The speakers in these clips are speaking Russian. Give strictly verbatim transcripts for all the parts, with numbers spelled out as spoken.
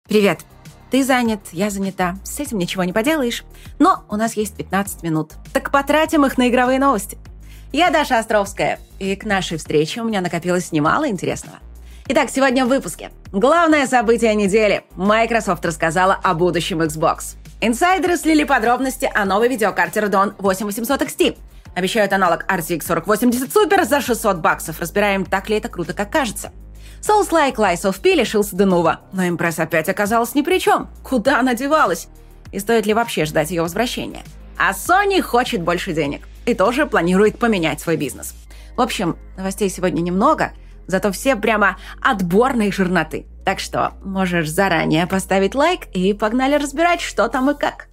Привет. Ты занят, я занята. С этим ничего не поделаешь. Но у нас есть пятнадцать минут. Так потратим их на игровые новости. Я Даша Островская, и к нашей встрече у меня накопилось немало интересного. Итак, сегодня в выпуске. Главное событие недели. Microsoft рассказала о будущем Xbox. Инсайдеры слили подробности о новой видеокарте Radeon восемь восемьсот икс ти. Обещают аналог ар ти икс сорок восемьдесят Super за шестьсот баксов. Разбираем, так ли это круто, как кажется. Souls-like Lies of P лишился Denuvo, но Impress опять оказалась ни при чем. Куда она девалась? И стоит ли вообще ждать ее возвращения? А Sony хочет больше денег и тоже планирует поменять свой бизнес. В общем, новостей сегодня немного, зато все прямо отборной жирноты. Так что можешь заранее поставить лайк и погнали разбирать, что там и как.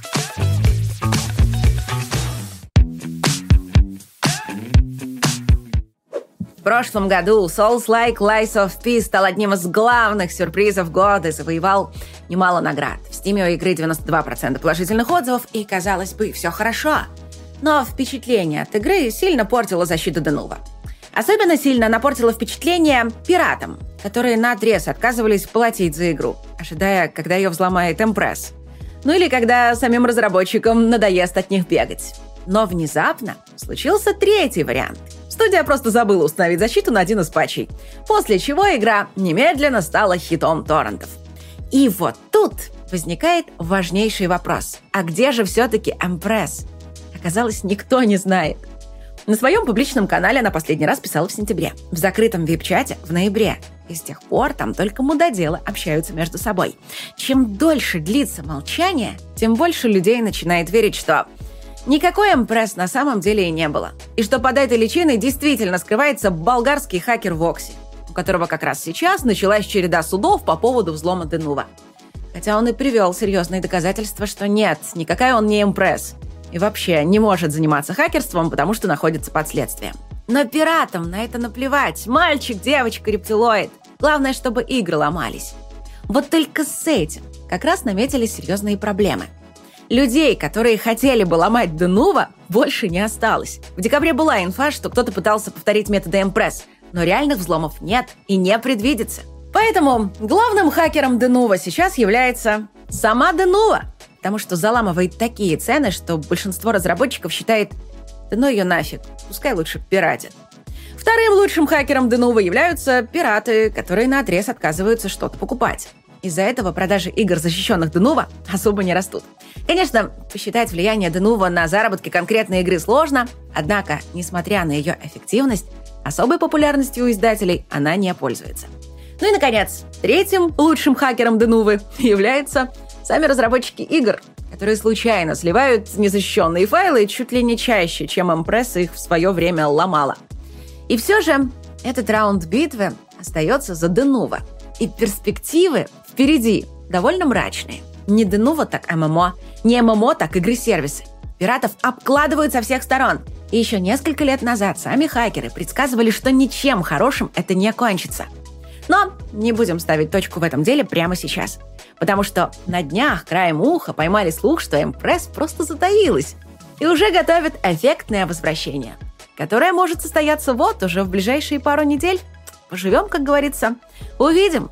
В прошлом году Souls-like Lies of P стал одним из главных сюрпризов года и завоевал немало наград. В Steam у игры девяносто два процента положительных отзывов, и, казалось бы, все хорошо. Но впечатление от игры сильно портило защиту Denuvo. Особенно сильно она портила впечатление пиратам, которые наотрез отказывались платить за игру, ожидая, когда ее взломает Impress. Ну или когда самим разработчикам надоест от них бегать. Но внезапно случился третий вариант. Студия просто забыла установить защиту на один из патчей, после чего игра немедленно стала хитом торрентов. И вот тут возникает важнейший вопрос. А где же все-таки Impress? Оказалось, никто не знает. На своем публичном канале она последний раз писала в сентябре, в закрытом вип-чате в ноябре. И с тех пор там только мудоделы общаются между собой. Чем дольше длится молчание, тем больше людей начинает верить, что никакой Impress на самом деле и не было. И что под этой личиной действительно скрывается болгарский хакер Вокси, у которого как раз сейчас началась череда судов по поводу взлома Denuvo. Хотя он и привел серьезные доказательства, что нет, никакая он не Impress. И вообще не может заниматься хакерством, потому что находится под следствием. Но пиратам на это наплевать. Мальчик, девочка, рептилоид. Главное, чтобы игры ломались. Вот только с этим как раз наметились серьезные проблемы. Людей, которые хотели бы ломать Denuvo, больше не осталось. В декабре была инфа, что кто-то пытался повторить методы Impress, но реальных взломов нет и не предвидится. Поэтому главным хакером Denuvo сейчас является сама Denuvo, потому что заламывает такие цены, что большинство разработчиков считает: да ну ее нафиг, пускай лучше пиратят. Вторым лучшим хакером Denuvo являются пираты, которые наотрез отказываются что-то покупать. Из-за этого продажи игр, защищенных Denuvo, особо не растут. Конечно, посчитать влияние Denuvo на заработки конкретной игры сложно, однако, несмотря на ее эффективность, особой популярностью у издателей она не пользуется. Ну и, наконец, третьим лучшим хакером Denuvo являются сами разработчики игр, которые случайно сливают незащищенные файлы чуть ли не чаще, чем Impress их в свое время ломала. И все же этот раунд битвы остается за Denuvo. И перспективы впереди довольно мрачные. Не Denuvo, так эм эм о, не эм эм о, так игры-сервисы. Пиратов обкладывают со всех сторон. И еще несколько лет назад сами хакеры предсказывали, что ничем хорошим это не кончится. Но не будем ставить точку в этом деле прямо сейчас. Потому что на днях краем уха поймали слух, что Impress просто затаилась и уже готовит эффектное возвращение, которое может состояться вот уже в ближайшие пару недель. Поживем, как говорится, увидим.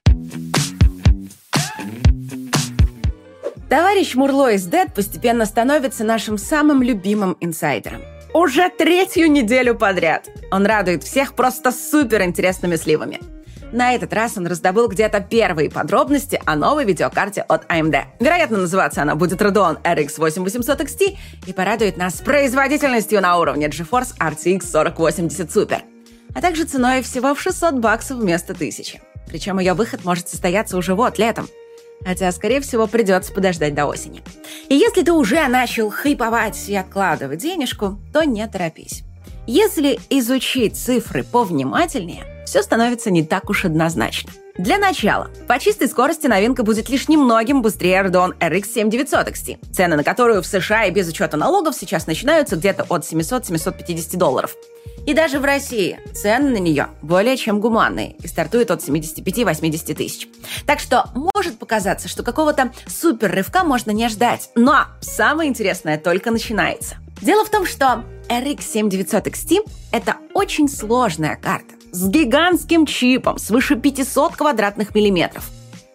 Товарищ Мурло из Dead постепенно становится нашим самым любимым инсайдером. Уже третью неделю подряд. Он радует всех просто суперинтересными сливами. На этот раз он раздобыл где-то первые подробности о новой видеокарте от эй эм ди. Вероятно, называться она будет Radeon эр икс восемь восемьсот икс ти и порадует нас производительностью на уровне GeForce ар ти икс сорок восемьдесят Super, а также ценой всего в шестьсот баксов вместо тысячи. Причем ее выход может состояться уже вот летом. Хотя, скорее всего, придется подождать до осени. И если ты уже начал хайповать и откладывать денежку, то не торопись. Если изучить цифры повнимательнее, все становится не так уж однозначно. Для начала, по чистой скорости новинка будет лишь немногим быстрее Radeon эр икс семь девятьсот икс ти, цены на которую в США и без учета налогов сейчас начинаются где-то от семьсот - семьсот пятьдесят долларов. И даже в России цены на нее более чем гуманные и стартуют от семьдесят пять - восемьдесят тысяч. Так что может показаться, что какого-то супер рывка можно не ждать, но самое интересное только начинается. Дело в том, что эр икс семь девятьсот икс ти – это очень сложная карта с гигантским чипом свыше пятьсот квадратных миллиметров,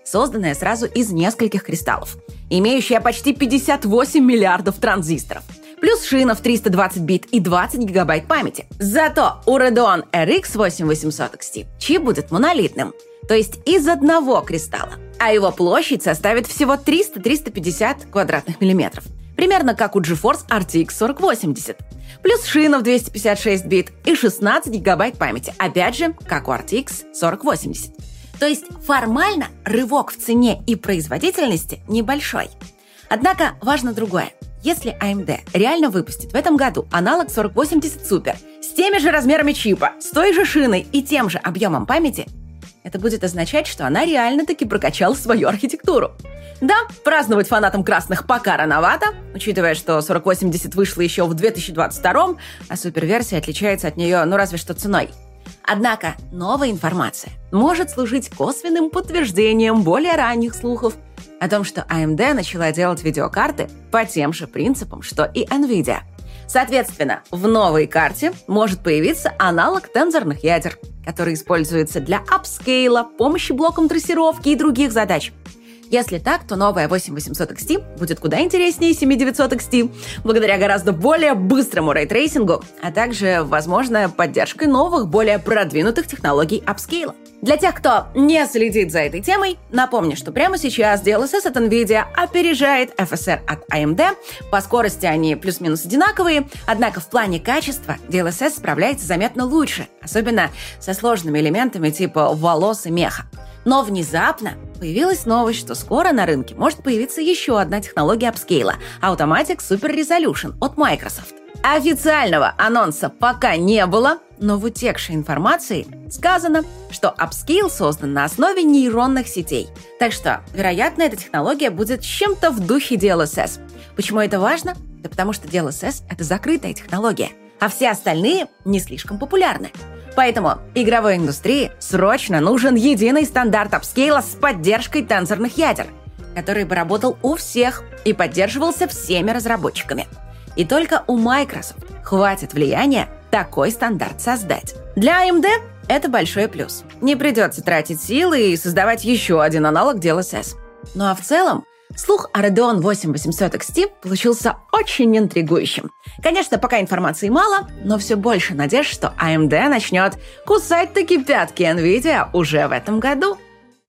созданная сразу из нескольких кристаллов, имеющая почти пятьдесят восемь миллиардов транзисторов, плюс шина в триста двадцать бит и двадцать гигабайт памяти. Зато у Radeon эр икс восемь восемьсот икс ти чип будет монолитным, то есть из одного кристалла, а его площадь составит всего триста - триста пятьдесят квадратных миллиметров, примерно как у GeForce ар ти икс сорок восемьдесят, плюс шина в двести пятьдесят шесть бит и шестнадцать гигабайт памяти, опять же, как у ар ти икс сорок восемьдесят. То есть формально рывок в цене и производительности небольшой. Однако важно другое. Если эй эм ди реально выпустит в этом году аналог сорок восемьдесят Super с теми же размерами чипа, с той же шиной и тем же объемом памяти, это будет означать, что она реально-таки прокачала свою архитектуру. Да, праздновать фанатам красных пока рановато, учитывая, что сорок восемьдесят вышла еще в две тысячи двадцать втором, а суперверсия отличается от нее, ну разве что ценой. Однако новая информация может служить косвенным подтверждением более ранних слухов о том, что эй эм ди начала делать видеокарты по тем же принципам, что и NVIDIA. Соответственно, в новой карте может появиться аналог тензорных ядер, который используется для апскейла, помощи блокам трассировки и других задач. Если так, то новая восемь восемьсот икс ти будет куда интереснее семь девятьсот икс ти, благодаря гораздо более быстрому рейтрейсингу, а также, возможно, поддержкой новых, более продвинутых технологий апскейла. Для тех, кто не следит за этой темой, напомню, что прямо сейчас ди эл эс эс от NVIDIA опережает эф эс ар от эй эм ди. По скорости они плюс-минус одинаковые, однако в плане качества ди эл эс эс справляется заметно лучше, особенно со сложными элементами типа волос и меха. Но внезапно появилась новость, что скоро на рынке может появиться еще одна технология апскейла – Automatic Super Resolution от Microsoft. Официального анонса пока не было, но в утекшей информации сказано, что апскейл создан на основе нейронных сетей. Так что, вероятно, эта технология будет чем-то в духе ди эл эс эс. Почему это важно? Да потому что ди эл эс эс – это закрытая технология, а все остальные не слишком популярны. Поэтому игровой индустрии срочно нужен единый стандарт апскейла с поддержкой тензорных ядер, который бы работал у всех и поддерживался всеми разработчиками. И только у Microsoft хватит влияния такой стандарт создать. Для эй эм ди это большой плюс. Не придется тратить силы и создавать еще один аналог ди эл эс эс. Ну а в целом, слух о Radeon восемь восемьсот икс ти получился очень интригующим. Конечно, пока информации мало, но все больше надежд, что эй эм ди начнет кусать-таки пятки NVIDIA уже в этом году.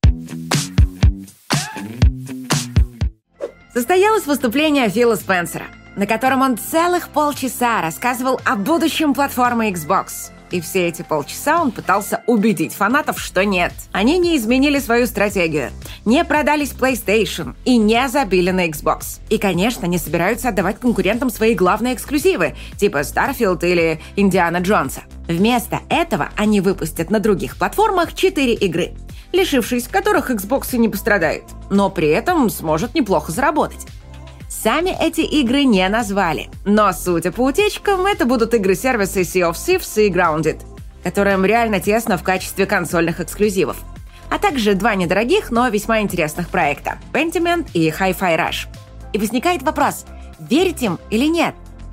Состоялось выступление Фила Спенсера, на котором он целых полчаса рассказывал о будущем платформы Xbox. И все эти полчаса он пытался убедить фанатов, что нет. Они не изменили свою стратегию, не продались PlayStation и не забили на Xbox. И, конечно, не собираются отдавать конкурентам свои главные эксклюзивы, типа Starfield или Индиана Джонса. Вместо этого они выпустят на других платформах четыре игры, лишившись которых Xbox и не пострадает, но при этом сможет неплохо заработать. Сами эти игры не назвали, но, судя по утечкам, это будут игры-сервисы Sea of Thieves и Grounded, которым реально тесно в качестве консольных эксклюзивов, а также два недорогих, но весьма интересных проекта – Pentiment и Hi-Fi Rush. И возникает вопрос – верить им или нет?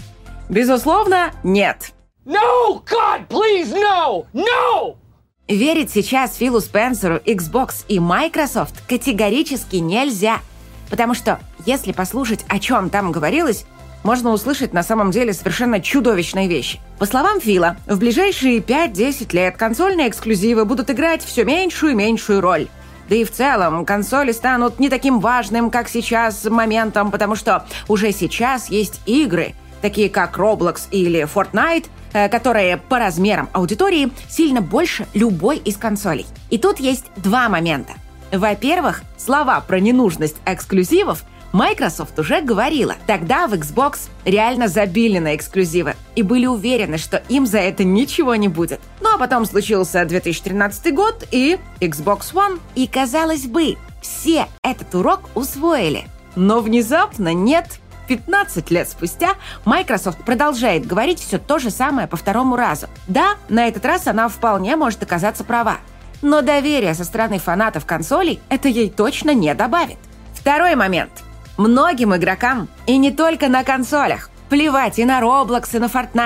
Безусловно, нет. No, God, please, no! No! Верить сейчас Филу Спенсеру, Xbox и Microsoft категорически нельзя. Потому что, если послушать, о чем там говорилось, можно услышать на самом деле совершенно чудовищные вещи. По словам Фила, в ближайшие пять-десять лет консольные эксклюзивы будут играть все меньшую и меньшую роль. Да и в целом, консоли станут не таким важным, как сейчас, моментом, потому что уже сейчас есть игры, такие как Roblox или Fortnite, которые по размерам аудитории сильно больше любой из консолей. И тут есть два момента. Во-первых, слова про ненужность эксклюзивов Microsoft уже говорила. Тогда в Xbox реально забили на эксклюзивы и были уверены, что им за это ничего не будет. Ну а потом случился две тысячи тринадцатый год и Xbox One. И, казалось бы, все этот урок усвоили. Но внезапно нет. пятнадцать лет спустя Microsoft продолжает говорить все то же самое по второму разу. Да, на этот раз она вполне может оказаться права. Но доверие со стороны фанатов консолей это ей точно не добавит. Второй момент. Многим игрокам, и не только на консолях, плевать и на Roblox, и на Fortnite,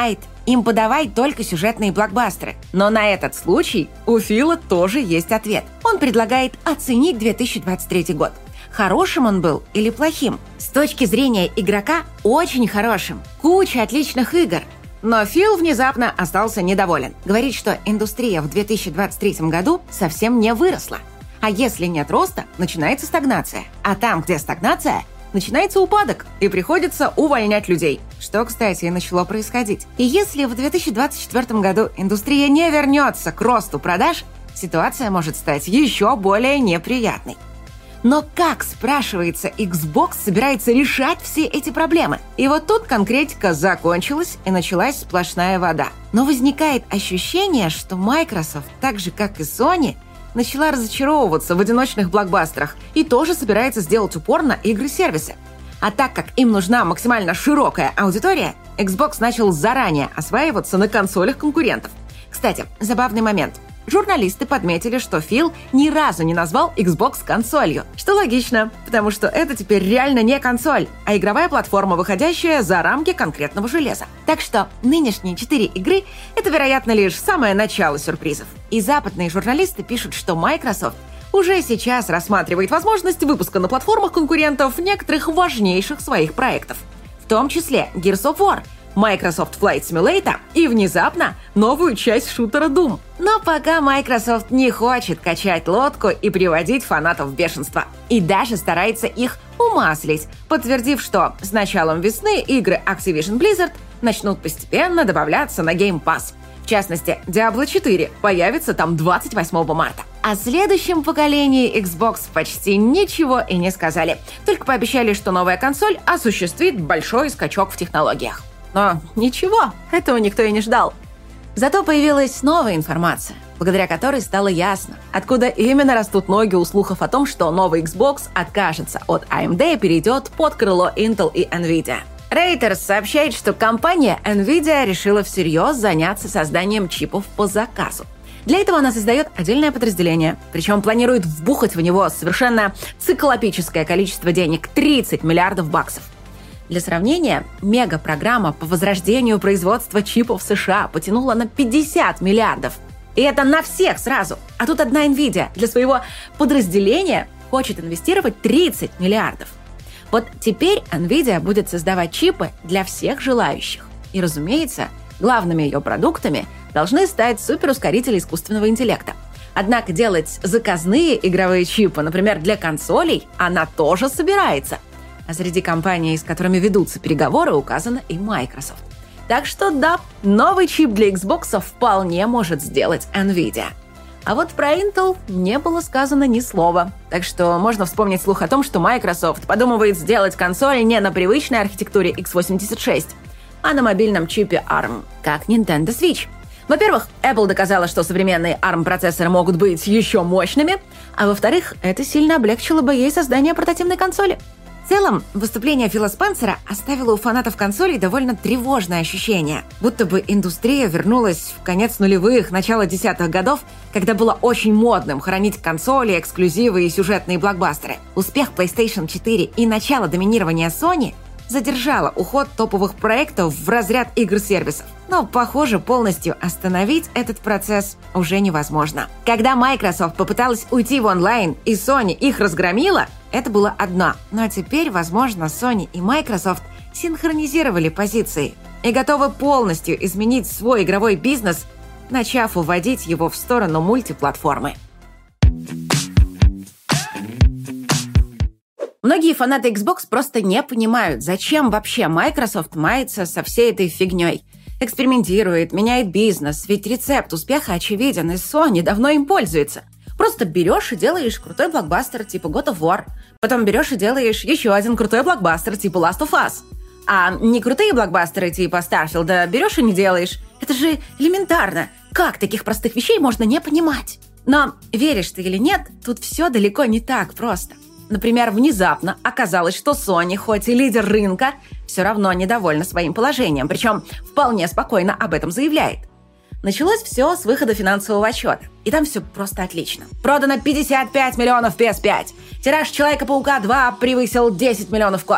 им подавать только сюжетные блокбастеры. Но на этот случай у Фила тоже есть ответ. Он предлагает оценить две тысячи двадцать третий год. Хорошим он был или плохим? С точки зрения игрока, очень хорошим. Куча отличных игр. Но Фил внезапно остался недоволен. Говорит, что индустрия в две тысячи двадцать третьем году совсем не выросла. А если нет роста, начинается стагнация. А там, где стагнация, начинается упадок, и приходится увольнять людей. Что, кстати, и начало происходить. И если в две тысячи двадцать четвёртом году индустрия не вернется к росту продаж, ситуация может стать еще более неприятной. Но как, спрашивается, Xbox собирается решать все эти проблемы? И вот тут конкретика закончилась, и началась сплошная вода. Но возникает ощущение, что Microsoft, так же как и Sony, начала разочаровываться в одиночных блокбастерах и тоже собирается сделать упор на игры-сервисы. А так как им нужна максимально широкая аудитория, Xbox начал заранее осваиваться на консолях конкурентов. Кстати, забавный момент. Журналисты подметили, что Фил ни разу не назвал Xbox консолью. Что логично, потому что это теперь реально не консоль, а игровая платформа, выходящая за рамки конкретного железа. Так что нынешние четыре игры — это, вероятно, лишь самое начало сюрпризов. И западные журналисты пишут, что Microsoft уже сейчас рассматривает возможность выпуска на платформах конкурентов некоторых важнейших своих проектов. В том числе Gears of War, Microsoft Flight Simulator и, внезапно, новую часть шутера Doom. Но пока Microsoft не хочет качать лодку и приводить фанатов в бешенство. И даже старается их умаслить, подтвердив, что с началом весны игры Activision Blizzard начнут постепенно добавляться на Game Pass. В частности, Diablo четыре появится там двадцать восьмого марта. О следующем поколении Xbox почти ничего и не сказали. Только пообещали, что новая консоль осуществит большой скачок в технологиях. Но ничего, этого никто и не ждал. Зато появилась новая информация, благодаря которой стало ясно, откуда именно растут ноги у слухов о том, что новый Xbox откажется от эй эм ди и перейдет под крыло Intel и Nvidia. Reuters сообщает, что компания Nvidia решила всерьез заняться созданием чипов по заказу. Для этого она создает отдельное подразделение, причем планирует вбухать в него совершенно циклопическое количество денег – тридцать миллиардов баксов. Для сравнения, мегапрограмма по возрождению производства чипов в США потянула на пятьдесят миллиардов. И это на всех сразу. А тут одна Nvidia для своего подразделения хочет инвестировать тридцать миллиардов. Вот теперь Nvidia будет создавать чипы для всех желающих. И, разумеется, главными ее продуктами должны стать суперускорители искусственного интеллекта. Однако делать заказные игровые чипы, например, для консолей, она тоже собирается. А среди компаний, с которыми ведутся переговоры, указана и Microsoft. Так что да, новый чип для Xbox вполне может сделать Nvidia. А вот про Intel не было сказано ни слова. Так что можно вспомнить слух о том, что Microsoft подумывает сделать консоль не на привычной архитектуре икс восемьдесят шесть, а на мобильном чипе арм, как Nintendo Switch. Во-первых, Apple доказала, что современные арм-процессоры могут быть еще мощными, а во-вторых, это сильно облегчило бы ей создание портативной консоли. В целом, выступление Фила Спенсера оставило у фанатов консолей довольно тревожное ощущение, будто бы индустрия вернулась в конец нулевых, начало десятых годов, когда было очень модным хранить консоли, эксклюзивы и сюжетные блокбастеры. Успех PlayStation четыре и начало доминирования Sony задержало уход топовых проектов в разряд игр-сервисов. Но, похоже, полностью остановить этот процесс уже невозможно. Когда Microsoft попыталась уйти в онлайн и Sony их разгромила, это было одно. Но теперь, возможно, Sony и Microsoft синхронизировали позиции и готовы полностью изменить свой игровой бизнес, начав уводить его в сторону мультиплатформы. Многие фанаты Xbox просто не понимают, зачем вообще Microsoft мается со всей этой фигней. Экспериментирует, меняет бизнес, ведь рецепт успеха очевиден, и Sony давно им пользуется. Просто берешь и делаешь крутой блокбастер типа God of War, потом берешь и делаешь еще один крутой блокбастер типа Last of Us. А не крутые блокбастеры типа Starfield берешь и не делаешь. Это же элементарно. Как таких простых вещей можно не понимать? Но веришь ты или нет, тут все далеко не так просто. Например, внезапно оказалось, что Sony, хоть и лидер рынка, все равно недовольна своим положением, причем вполне спокойно об этом заявляет. Началось все с выхода финансового отчета, и там все просто отлично. Продано пятьдесят пять миллионов пи эс пять, тираж Человека-паука два превысил десять миллионов копий.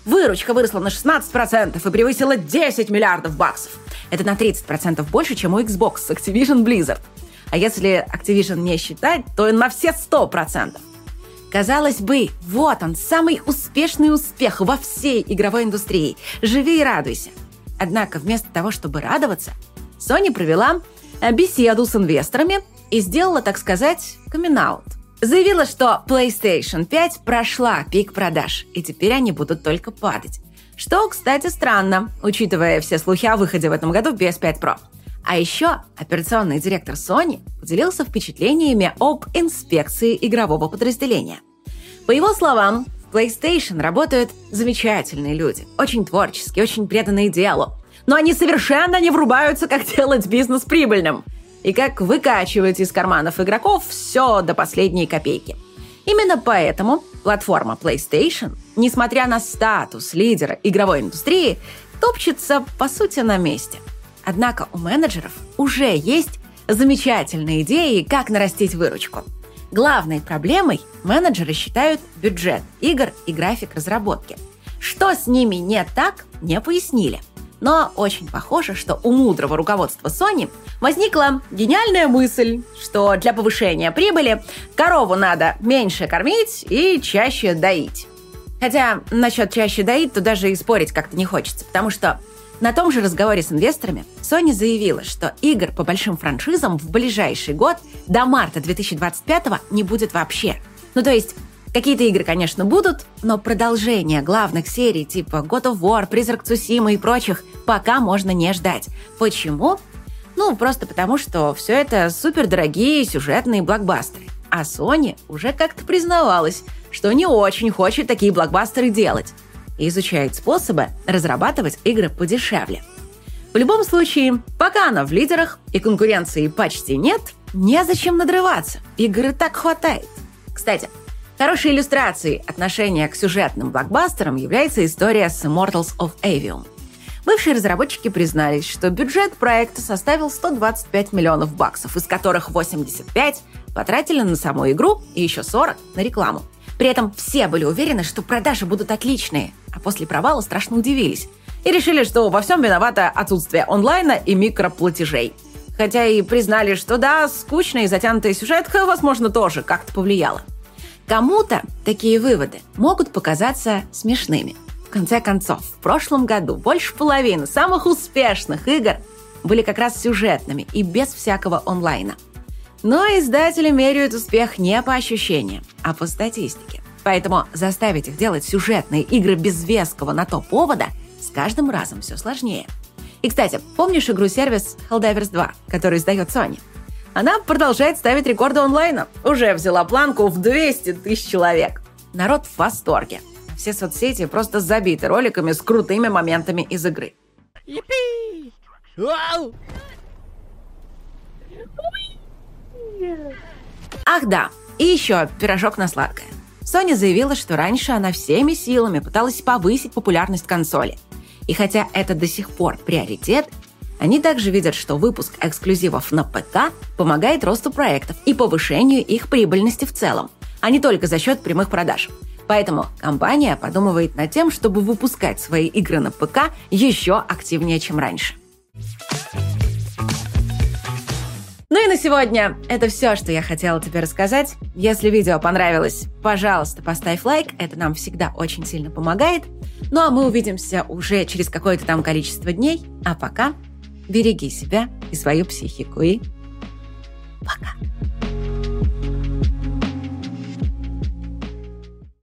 Выручка выросла на шестнадцать процентов и превысила десять миллиардов баксов. Это на тридцать процентов больше, чем у Xbox с Activision Blizzard. А если Activision не считать, то и на все сто процентов. Казалось бы, вот он, самый успешный успех во всей игровой индустрии. Живи и радуйся. Однако вместо того, чтобы радоваться, Sony провела беседу с инвесторами и сделала, так сказать, камин-аут. Заявила, что PlayStation пять прошла пик продаж, и теперь они будут только падать. Что, кстати, странно, учитывая все слухи о выходе в этом году пи эс пять про. А еще операционный директор Sony поделился впечатлениями об инспекции игрового подразделения. По его словам, в PlayStation работают замечательные люди, очень творческие, очень преданные делу. Но они совершенно не врубаются, как делать бизнес прибыльным и как выкачивать из карманов игроков все до последней копейки. Именно поэтому платформа PlayStation, несмотря на статус лидера игровой индустрии, топчется, по сути, на месте. Однако у менеджеров уже есть замечательные идеи, как нарастить выручку. Главной проблемой менеджеры считают бюджет игр и график разработки. Что с ними не так, не пояснили. Но очень похоже, что у мудрого руководства Sony возникла гениальная мысль, что для повышения прибыли корову надо меньше кормить и чаще доить. Хотя насчет чаще доить тут даже и спорить как-то не хочется, потому что на том же разговоре с инвесторами Sony заявила, что игр по большим франшизам в ближайший год до марта две тысячи двадцать пятого не будет вообще. Ну то есть какие-то игры, конечно, будут, но продолжение главных серий типа God of War, Призрак Цусимы и прочих пока можно не ждать. Почему? Ну, просто потому, что все это супердорогие сюжетные блокбастеры. А Sony уже как-то признавалась, что не очень хочет такие блокбастеры делать и изучает способы разрабатывать игры подешевле. В любом случае, пока она в лидерах и конкуренции почти нет, незачем надрываться. Игр и так хватает. Кстати, хорошей иллюстрацией отношения к сюжетным блокбастерам является история с Immortals of Aveum. Бывшие разработчики признались, что бюджет проекта составил сто двадцать пять миллионов баксов, из которых восемьдесят пять потратили на саму игру и еще сорок на рекламу. При этом все были уверены, что продажи будут отличные, а после провала страшно удивились и решили, что во всем виновато отсутствие онлайна и микроплатежей. Хотя и признали, что да, скучная и затянутая сюжетка, возможно, тоже как-то повлияла. Кому-то такие выводы могут показаться смешными. В конце концов, в прошлом году больше половины самых успешных игр были как раз сюжетными и без всякого онлайна. Но издатели меряют успех не по ощущениям, а по статистике. Поэтому заставить их делать сюжетные игры без веского на то повода с каждым разом все сложнее. И, кстати, помнишь игру-сервис Helldivers два, который издает Sony? Она продолжает ставить рекорды онлайна. Уже взяла планку в двести тысяч человек. Народ в восторге. Все соцсети просто забиты роликами с крутыми моментами из игры. Yippee! Вау! Ах да, и еще пирожок на сладкое. Sony заявила, что раньше она всеми силами пыталась повысить популярность консоли. И хотя это до сих пор приоритет, они также видят, что выпуск эксклюзивов на ПК помогает росту проектов и повышению их прибыльности в целом, а не только за счет прямых продаж. Поэтому компания подумывает над тем, чтобы выпускать свои игры на ПК еще активнее, чем раньше. Ну и на сегодня это все, что я хотела тебе рассказать. Если видео понравилось, пожалуйста, поставь лайк, это нам всегда очень сильно помогает. Ну а мы увидимся уже через какое-то там количество дней. А пока береги себя и свою психику. И пока!